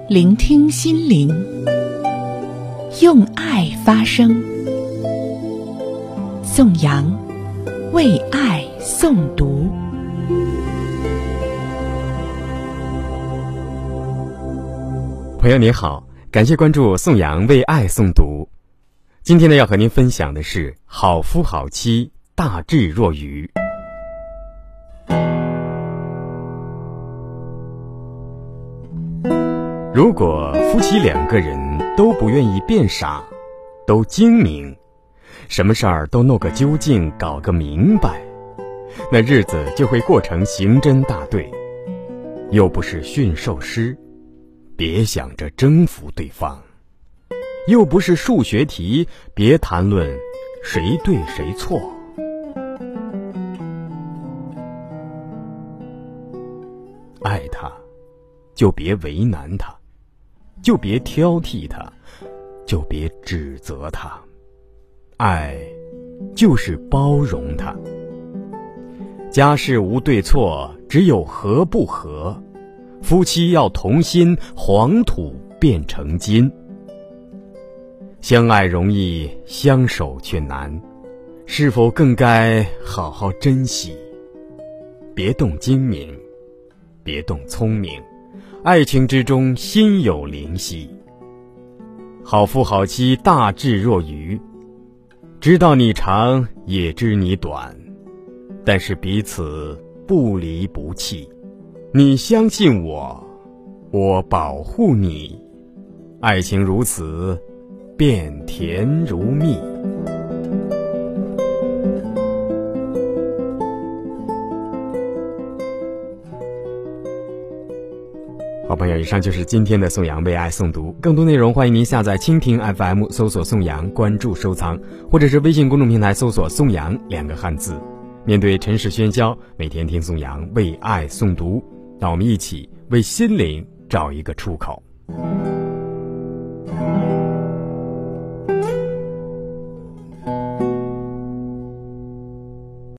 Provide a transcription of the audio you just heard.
聆听心灵，用爱发声。宋阳为爱诵读。 朋友您好，感谢关注宋阳为爱诵读。今天呢，要和您分享的是好夫好妻，大智若愚。如果夫妻两个人都不愿意变傻，都精明，什么事儿都弄个究竟，搞个明白，那日子就会过成刑侦大队，又不是驯兽师，别想着征服对方；又不是数学题，别谈论谁对谁错。爱他，就别为难他，就别挑剔他，就别指责他。爱就是包容他。家事无对错，只有合不合。夫妻要同心，黄土变成金。相爱容易，相守却难，是否更该好好珍惜？别动精明，别动聪明，爱情之中心有灵犀。好夫好妻，大智若愚，知道你长，也知你短，但是彼此不离不弃。你相信我，我保护你，爱情如此，便甜如蜜。好朋友，以上就是今天的宋阳为爱诵读。更多内容欢迎您下载蜻蜓 FM 搜索宋阳，关注收藏，或者是微信公众平台搜索宋阳2个汉字。面对尘世喧嚣，每天听宋阳为爱诵读，让我们一起为心灵找一个出口。